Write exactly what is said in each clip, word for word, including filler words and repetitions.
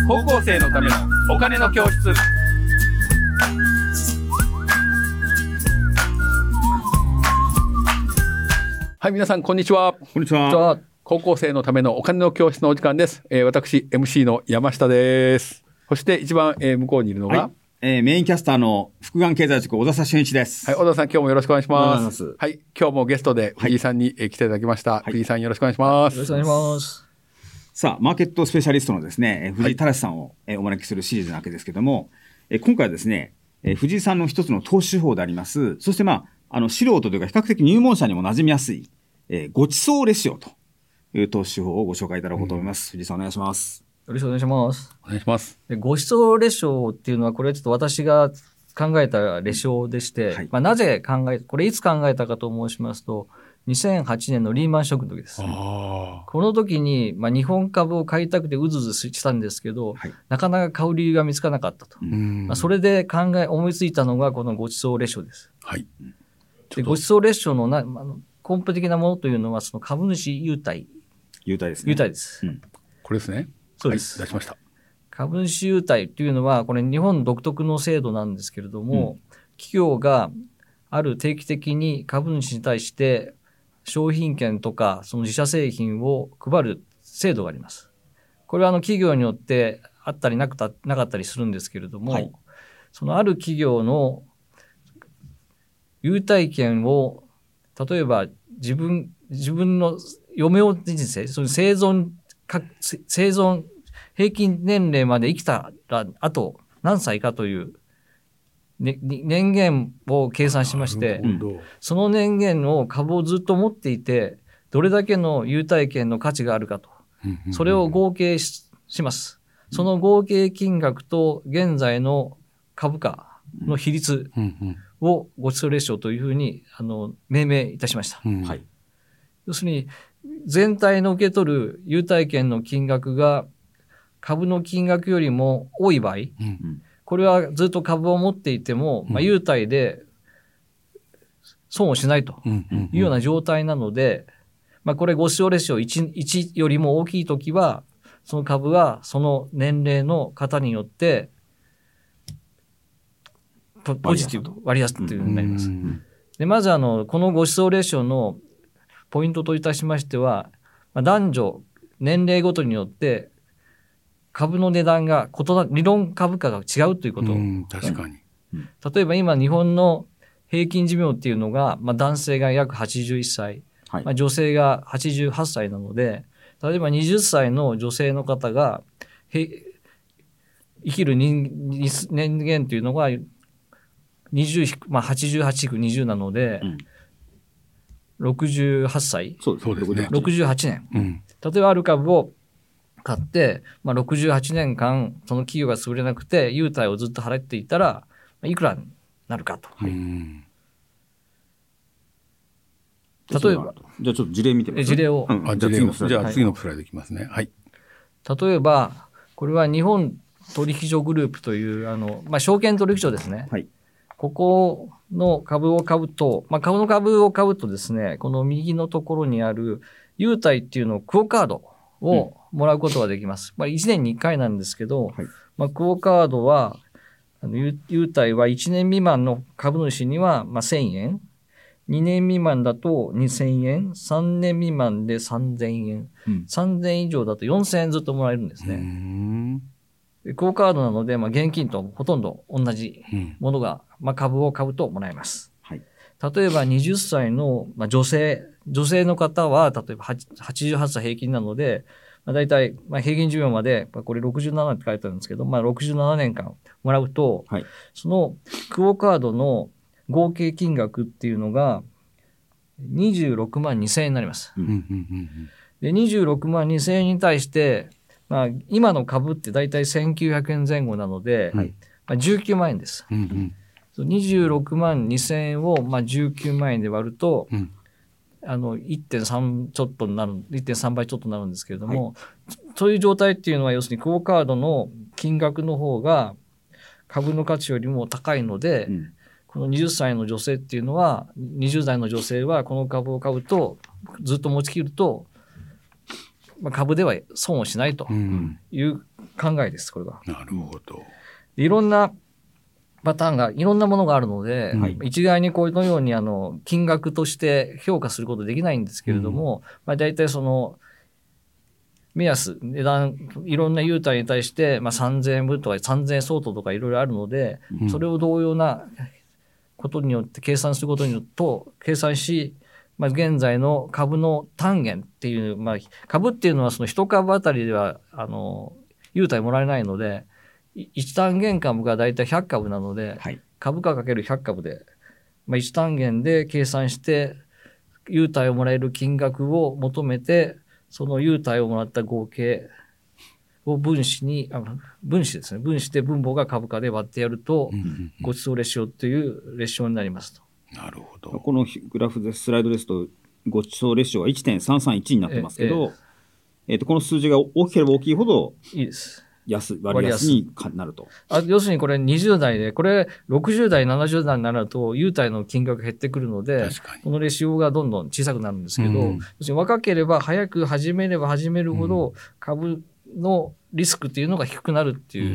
高校生のためのお金の教室。はい、皆さんこんにちは。 こんにちは。 高校生のためのお金の教室のお時間です。えー、私 エムシー の山下です。そして一番、えー、向こうにいるのが、 はい、えー、メインキャスターの福眼経済塾小笹俊一です。 はい、小田さん今日もよろしくお願いします。 ますはい、今日もゲストで藤井さんに、はい、えー、来ていただきました。はい、藤井さんよろしくお願いします。 よろしくお願いします。 さあ、マーケットスペシャリストのですね、藤井正さんを、はい、お招きするシリーズなわけですけども、え今回はですね、え藤井さんの一つの投資手法であります、そしてまあ、あの素人というか比較的入門者にも馴染みやすい、えー、ごちそうレシオという投資手法をご紹介いただこうと思います。うん、藤井さんお願いします。 よろしくお願いします。 お願いします。 でごちそうレシオっていうのは、これはちょっと私が考えたレシオでして、はい、まあ、なぜ考え、これいつ考えたかと申しますと、にせんはちねんのリーマンショックの時です。 あこの時に、まあ、日本株を買いたくてうずうずしたんですけど、はい、なかなか買う理由が見つからなかったと。まあ、それで考え、思いついたのがこのごちそうレシオです。 はい、 でごちそうレシオのな、まあ、根本的なものというのは、その株主優待。 優待ですね。 優待です。うん、 これですね。 そうです。 はい、出しました。 株主優待というのは、これ日本独特の制度なんですけれども、うん、企業がある定期的に株主に対して商品券とかその自社製品を配る制度があります。これはあの企業によってあったりなかったりするんですけれども、はい、そのある企業の優待券を例えば自分自分の嫁を人生、その生存生存平均年齢まで生きたらあと何歳かという、ね、年限を計算しまして、その年限を株をずっと持っていてどれだけの優待券の価値があるかと、それを合計 し, します。その合計金額と現在の株価の比率をごちそうレシオというふうにあの命名いたしました。 うんはい、 要するに全体の受け取る優待券の金額が株の金額よりも多い場合、うん、これはずっと株を持っていても、まあ、優待で損をしないというような状態なので、まあ、これごちそうレシオ 1, いちよりも大きいときはその株はその年齢の方によってポジティブ割安というようになります。でまずあのこのごちそうレシオのポイントといたしましては、まあ、男女年齢ごとによって株の値段が異なる、理論株価が違うということ。 うん、確かに。 例えば今日本の平均寿命っていうのが、まあ、男性が約はちじゅういっさい、はい、まあ、女性がはちじゅうはっさいなので、例えばはたちの女性の方が生きる 年, 年限というのがにじゅう、まあ、はちじゅうはち引くにじゅうなので、うん、ろくじゅうはっさい、 そうですね、 ろくじゅうはちねん、うん、例えばある株を買って、まあ、ろくじゅうはちねんかんその企業が潰れなくて優待をずっと払っていたら、まあ、いくらになるかと、はい、 うん例えばじゃあちょっと事例見てみます。 事例を、 うん、あ事例をじゃあ次のスライドいきますね。はい、 例えばこれは日本取引所グループというあの、まあ、証券取引所ですね、はい、ここの株を買うと、まあ、株の株を買うとですね、この右のところにある優待っていうのをクオカードをもらうことができます。まあ、いちねんにいっかいなんですけど、はい、まあ、クオカードはあの優待はいちねん未満の株主にはまあせんえん、にねん未満だとにせんえん、さんねん未満でさんぜんえん、うん、さんぜんえん以上だとよんせんえんずっともらえるんですね。うーんでクオカードなので、まあ、現金とほとんど同じものが、うん、まあ、株を買うともらえます。はい、例えばはたちの、まあ、女性女性の方は例えばはちじゅうはっさい平均なので、まあ、大体、まあ、平均寿命まで、まあ、これろくじゅうななねんって書いてあるんですけど、まあ、ろくじゅうななねんかんもらうと、はい、そのクオカードの合計金額っていうのがにじゅうろくまんにせんえんになります。うんうんうん、でにじゅうろくまんにせんえんに対して、まあ、今の株って大体せんきゅうひゃくえんぜん後なので、はい、まあ、じゅうきゅうまんえんです。うんうん、にじゅうろくまんにせんえんを、まあ、じゅうきゅうまんえんで割ると、うん、あの いってんさん ちょっとになる いってんさん 倍ちょっとになるんですけれども、はい、そういう状態っていうのは要するにクオカードの金額の方が株の価値よりも高いので、うん、このはたちの女性っていうのはにじゅうだいの女性はこの株を買うとずっと持ちきると、まあ、株では損をしないという考えです、これは。 なるほど。 いろんなパターンが、いろんなものがあるので、 はい、 一概にこのようにあの金額として評価することできないんですけれども、うん、まあ、大体その目安、値段、いろんな優待に対して、まあ、さんぜんえんぶんとかさんぜんえん相当とかいろいろあるので、うん、それを同様なことによって計算することによってと計算し、まあ、現在の株の単元っていう、まあ、株っていうのはそのいち株あたりではあの優待もらえないので、いち単元株がだいたいひゃく株なので、はい、株価かけるひゃく株で、まあ、いち単元で計算して優待をもらえる金額を求めて、その優待をもらった合計を分子に、あ分子ですね。分子で分母が株価で割ってやると、うんうんうん、ごちそうレシオというレシオになりますと。 なるほど。 このグラフでスライドですと、ごちそうレシオはいってんさんさんいちになってますけど、えええー、とこの数字が大きければ大きいほどいいです。 安割安になると。 あ、要するにこれにじゅう代で、これろくじゅう代、ななじゅう代になると優待の金額が減ってくるので、このレシオがどんどん小さくなるんですけど、うん、要するに若ければ早く始めれば始めるほど株のリスクっていうのが低くなるっていう、うん、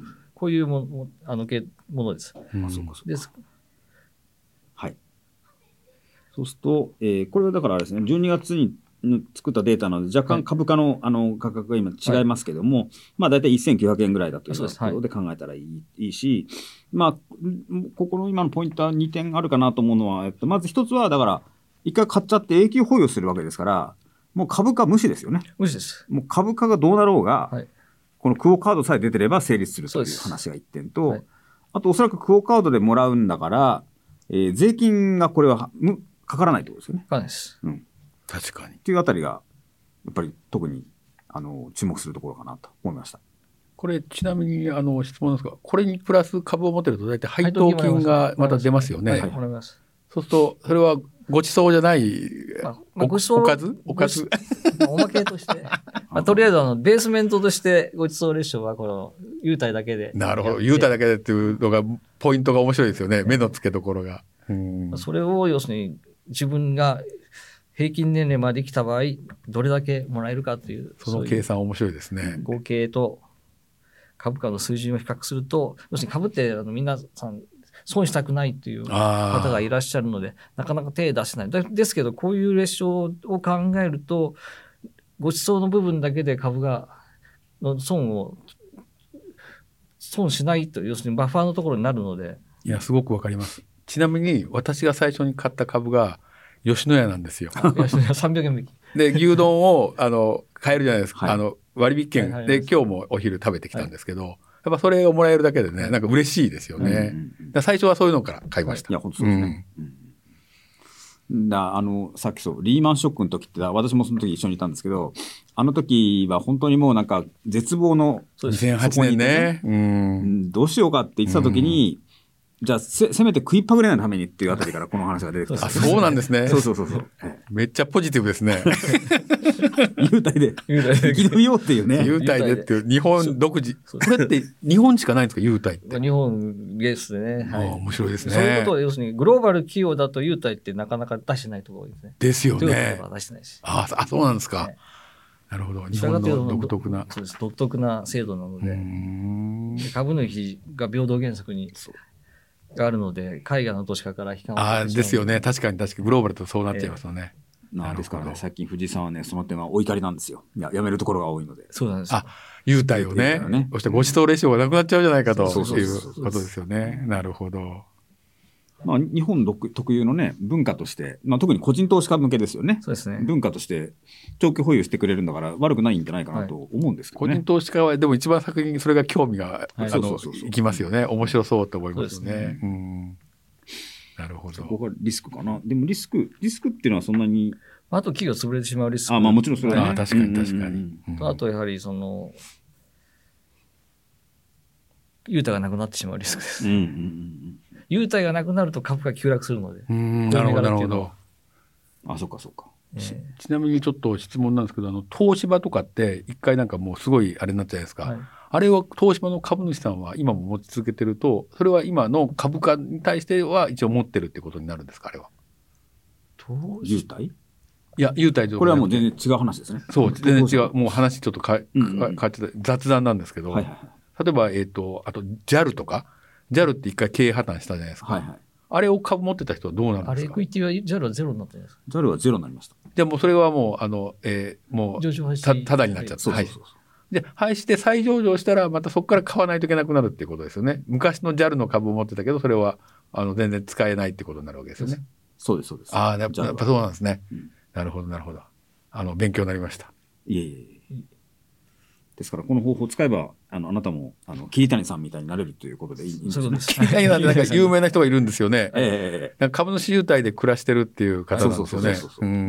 こういうもの、あのものです。 うん、あ、そうかそうか。です。はい。そうすると、えー、これはだからあれですね、じゅうにがつに作ったデータなので、若干株価の、はい、あの価格が今違いますけども、はい、まあ大体せんきゅうひゃくえんぐらいだというところで考えたらいい、いいし、まあ、ここの今のポイントはにてんあるかなと思うのは、えっと、まず一つは、だから、一回買っちゃって永久保有するわけですから、もう株価無視ですよね。 無視です。 もう株価がどうなろうが、はい、このクオカードさえ出てれば成立するという話が一点と、はい、あとおそらくクオカードでもらうんだから、えー、税金がこれはかからないってことですよね。 かからないです。 うん。 確かに。 っていうあたりが、やっぱり特にあの注目するところかなと思いました。 これちなみにあの質問ですが、これにプラス株を持ってると大体配当金がまた出ますよね。 はい、はい、はい、 そうするとそれはごちそうじゃない、まあまあ、ごちそうおかずおかずおまけとして、まあ、とりあえずあのベースメントとしてごちそうレッションはこの優待だけで。 なるほど、優待だけでっていうのがポイントが面白いですよね。目の付けどころが。 うん、それを要するに自分が平均年齢まで来た場合どれだけもらえるかという、 その計算面白いですね。 合計と株価の水準を比較すると、要するに株ってあの皆さん損したくないっていう方がいらっしゃるのでなかなか手出せない。ですけどこういうレシオを考えるとごちそうの部分だけで株がの損を損しないという、要するにバッファーのところになるので。 いやすごくわかります。ちなみに私が最初に買った株が吉野家なんですよ。 吉野家さんびゃくえん引き。 で牛丼をあの買えるじゃないですか。はい、あの割引券、はいはい、で今日もお昼食べてきたんですけど、はい、やっぱそれをもらえるだけでね、なんか嬉しいですよね。うんうんうん、最初はそういうのから買いました。 いや本当そうですね。うん、だあのさっきそうリーマンショックの時って私もその時一緒にいたんですけど、あの時は本当にもうなんか絶望のにせんはちねんね、うん、 どうしようかって言ってた時に。うんじゃあ せ, せめて食いっぱぐれないためにっていうあたりからこの話が出てきた。 あ、そうなんですね。 そうそうそうそう。 めっちゃポジティブですね。 優待で生き延びようっていうね。 優待でっていう日本独自。これって日本しかないんですか優待って。 日本ですね。はい。 面白いですね。 そういうことは要するにグローバル企業だと優待ってなかなか出してないところですね。 ですよね。 出してないし。 ああ、そうなんですか。ね、なるほど。日本の独特な。 そうです。独特な制度なので。うん株主が平等原則に。があるので海外の投資家から批判をあですよね。確かに確かにグローバルとそうなっちゃいますよね。 えー、なんですからね最近藤井さんはねその点はお怒りなんですよ。いややめるところが多いので。 そうなんですよ。 あ優待をね、ねそしてごちそうレシオがなくなっちゃうじゃないかということですよね。なるほど。 まあ、日本特有のね文化として、まあ、特に個人投資家向けですよね。 そうですね。 文化として長期保有してくれるんだから悪くないんじゃないかなと思うんですけどね。 はい、個人投資家はでも一番先にそれが興味が、はい、あのいきますよね。面白そうと思いますよね。ねうん、なるほど。 ここがリスクかな。でもリスクリスクっていうのはそんなにあと企業潰れてしまうリスク。 あまあもちろんそれはね。 あ確かに確かに。 うん、あとやはりその優待がなくなってしまうリスクです。うんうんうん優待がなくなると株価急落するので。 うんなるほどなるほど。 あそっかそっか。 えー、ちなみにちょっと質問なんですけどあの東芝とかって一回なんかもうすごいあれになっちゃうじゃないですか、はい、あれを東芝の株主さんは今も持ち続けてるとそれは今の株価に対しては一応持ってるってことになるんですかあれは。 優待いや優待とこれはもう全然違う話ですね。 そう全然違うもう話ちょっとか、 うんうん、 変わってた雑談なんですけど、 はいはいはい、 例えばえっ、ー、とあと ジャル とか ジャル って一回経営破綻したじゃないですか、はいはい、あれを株持ってた人はどうなんですか。 あれエクイティは ジャル はゼロになったじゃないですか。 ジャル はゼロになりました。 じゃあもうそれはもうあの、えー、もう た, ただになっちゃった、はい、そうそうそうそう。で廃止して再上場したらまたそこから買わないといけなくなるっていうことですよね。昔の ジャル の株を持ってたけどそれはあの全然使えないってことになるわけですよね。 そうですそうです。 ああやっぱそうなんですね、うん、なるほどなるほど。あの勉強になりました。 いえいえいえ。ですからこの方法を使えばあのあなたもあの桐谷さんみたいになれるということでいいんですね。 桐谷さんってなんか有名な人がいるんですよね。 ええ、 株主優待で暮らしてるっていう方なんですよね。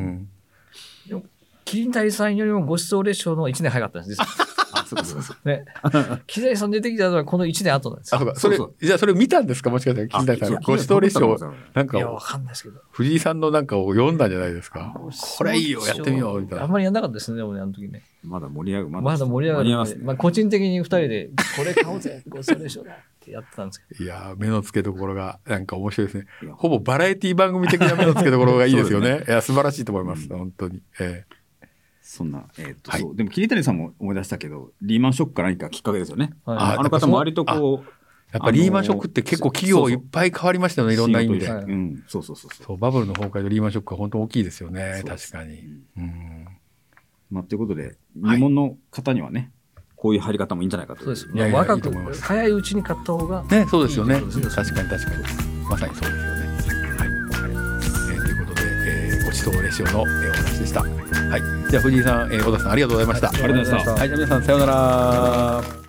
桐谷さんよりもご馳走列車のいちねん早かったんです。 あ、そうそうそう。 ね。桐谷さん出てきたのはこのいちねん後なんですよ。 あ、そうか。それ、そうそう、じゃあそれ見たんですかもしかしたら桐谷さんが。ご馳走列車を、なんか、 いや、わかんないですけど。 藤井さんのなんかを読んだんじゃないですか。これいいよ、やってみよう、みたいな。 あんまりやんなかったですね、でもね、あの時ね。 まだ盛り上がる。 まだ盛り上がる。まあ、個人的に二人で、これ買おうぜ、ご馳走列車だってやってたんですけど。 いや、目の付けどころが、なんか面白いですね。ほぼバラエティ番組的な目の付けどころがいいですよね。いや、素晴らしいと思います、本当に。ええ。 そんな、えーとはい、そうでも桐谷さんも思い出したけどリーマンショックから何かきっかけですよね、はい、あ, あの方も割とこうやっぱりリーマンショックって結構企業いっぱい変わりましたよね。いろんな意味で、 うん、そうそうそうそうバブルの崩壊とリーマンショックは本当大きいですよね。確かに、うんうんまあ、ということで入門の方にはね、はい、こういう入り方もいいんじゃないかと。 そうです、まあ、若く早いうちに買った方がね。そうですよね。確かに確かにまさにそうですよね。はい、わかります、えー、ということで、えー、ごちそうレシオの、えー、お話でした。はい、じゃあ藤井さん、えー、小田さんありがとうございました。 はい、ありがとうございました。 はい、じゃあ皆さんさようなら。